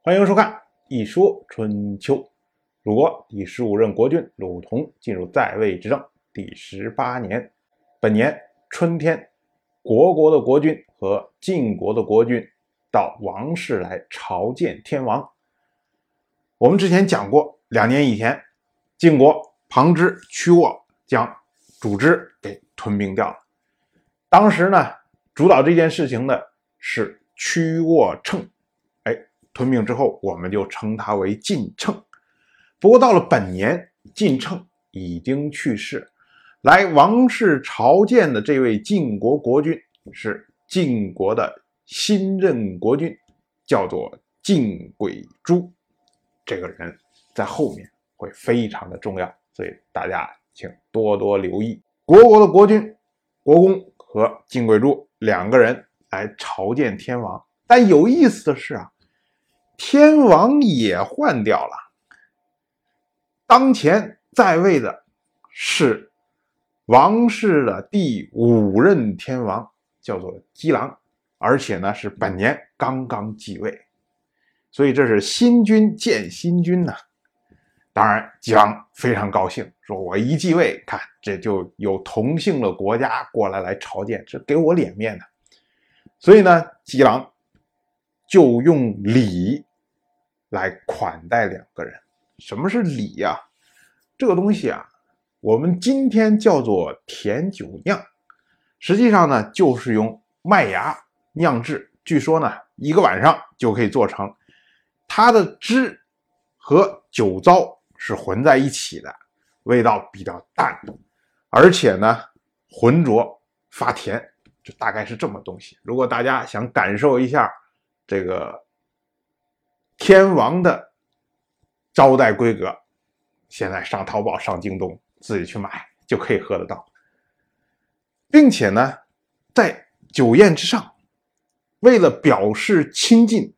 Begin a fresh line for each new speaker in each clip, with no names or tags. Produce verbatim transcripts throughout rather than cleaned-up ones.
欢迎收看《一说春秋》。鲁国第十五任国君鲁同进入在位执政第十八年，本年春天，国国的国君和晋国的国君到王室来朝见天王。我们之前讲过，两年以前，晋国旁支屈沃将主之给吞并掉了。当时呢，主导这件事情的是屈沃称。吞并之后，我们就称他为晋称。不过到了本年，晋称已经去世，来王室朝见的这位晋国国君是晋国的新任国君，叫做晋轨珠。这个人在后面会非常的重要，所以大家请多多留意。国国的国君国公和晋轨珠两个人来朝见天王，但有意思的是啊，天王也换掉了，当前在位的是王室的第五任天王，叫做姬狼，而且呢是本年刚刚继位，所以这是新君见新君呢。当然姬狼非常高兴，说我一继位，看这就有同姓的国家过来来朝见，这给我脸面的。所以呢姬狼就用礼来款待两个人。什么是礼呀、啊？这个东西啊，我们今天叫做甜酒酿，实际上呢就是用麦芽酿制，据说呢一个晚上就可以做成。它的汁和酒糟是混在一起的，味道比较淡，而且呢浑浊发甜，就大概是这么东西。如果大家想感受一下这个天王的招待规格，现在上淘宝上京东自己去买就可以喝得到。并且呢在酒宴之上，为了表示亲近，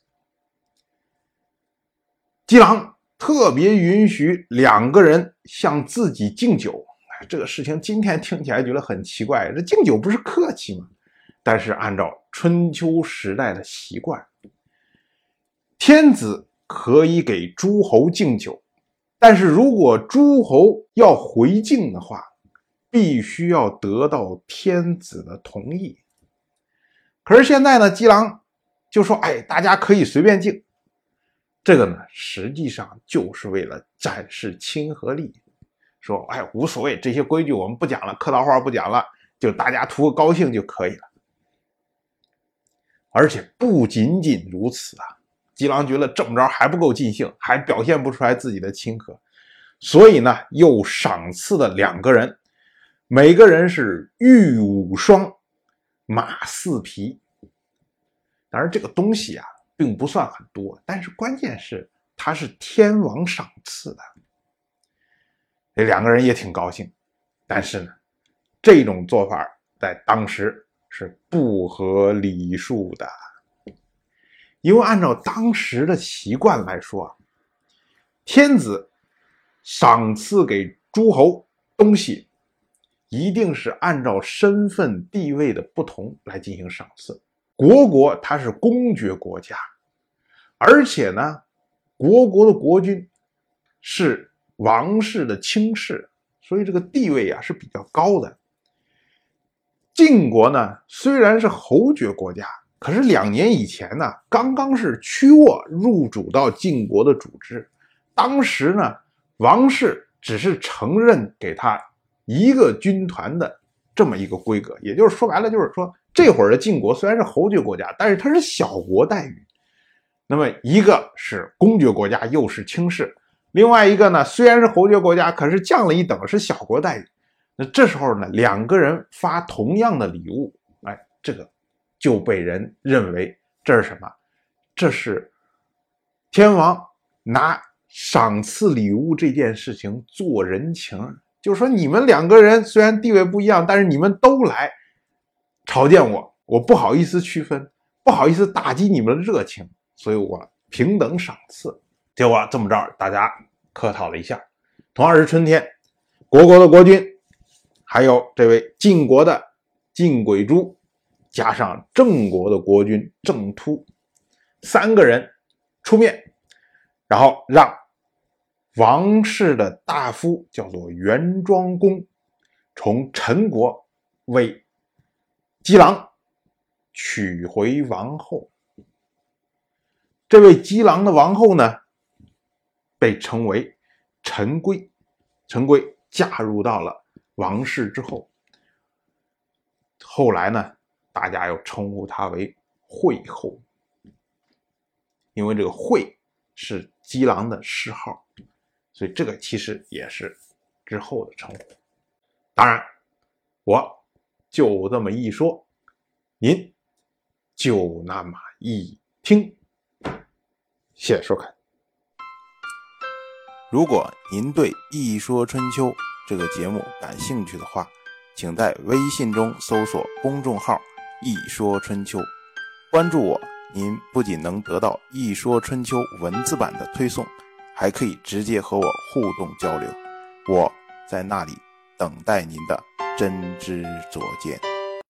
姬狼特别允许两个人向自己敬酒。这个事情今天听起来觉得很奇怪，这敬酒不是客气吗？但是按照春秋时代的习惯，天子可以给诸侯敬酒，但是如果诸侯要回敬的话，必须要得到天子的同意。可是现在呢，姬狼就说，哎，大家可以随便敬。这个呢，实际上就是为了展示亲和力，说，哎，无所谓，这些规矩我们不讲了，客套话不讲了，就大家图个高兴就可以了。而且不仅仅如此啊，姬狼觉得这么着还不够尽兴，还表现不出来自己的亲和，所以呢又赏赐了两个人，每个人是玉五双，马四匹。当然这个东西啊并不算很多，但是关键是它是天王赏赐的，这两个人也挺高兴。但是呢这种做法在当时是不合礼数的，因为按照当时的习惯来说啊，天子赏赐给诸侯东西一定是按照身份地位的不同来进行赏赐。国国它是公爵国家，而且呢国国的国君是王室的卿士，所以这个地位啊是比较高的。晋国呢虽然是侯爵国家，可是两年以前呢刚刚是屈沃入主到晋国的主之，当时呢王室只是承认给他一个军团的这么一个规格，也就是说白了就是说，这会儿的晋国虽然是侯爵国家，但是它是小国待遇。那么一个是公爵国家又是卿士，另外一个呢虽然是侯爵国家，可是降了一等，是小国待遇。那这时候呢两个人发同样的礼物，哎，这个就被人认为这是什么？这是天王拿赏赐礼物这件事情做人情，就是说你们两个人虽然地位不一样，但是你们都来朝见我，我不好意思区分，不好意思打击你们的热情，所以我平等赏赐。结果这么着大家客套了一下。同样是春天，国国的国君还有这位晋国的晋轨珠，加上郑国的国君郑突，三个人出面，然后让王氏的大夫叫做袁庄公从陈国为姬郎娶回王后。这位姬郎的王后呢，被称为陈贵。陈贵嫁入到了王室之后，后来呢，大家又称呼她为惠后，因为这个惠是姬郎的谥号，所以这个其实也是之后的称呼。当然，我就这么一说，您就那么一听。谢谢收看。
如果您对《一说春秋》这个节目感兴趣的话，请在微信中搜索公众号“一说春秋”，关注我，您不仅能得到《一说春秋》文字版的推送，还可以直接和我互动交流。我在那里等待您的真知灼见。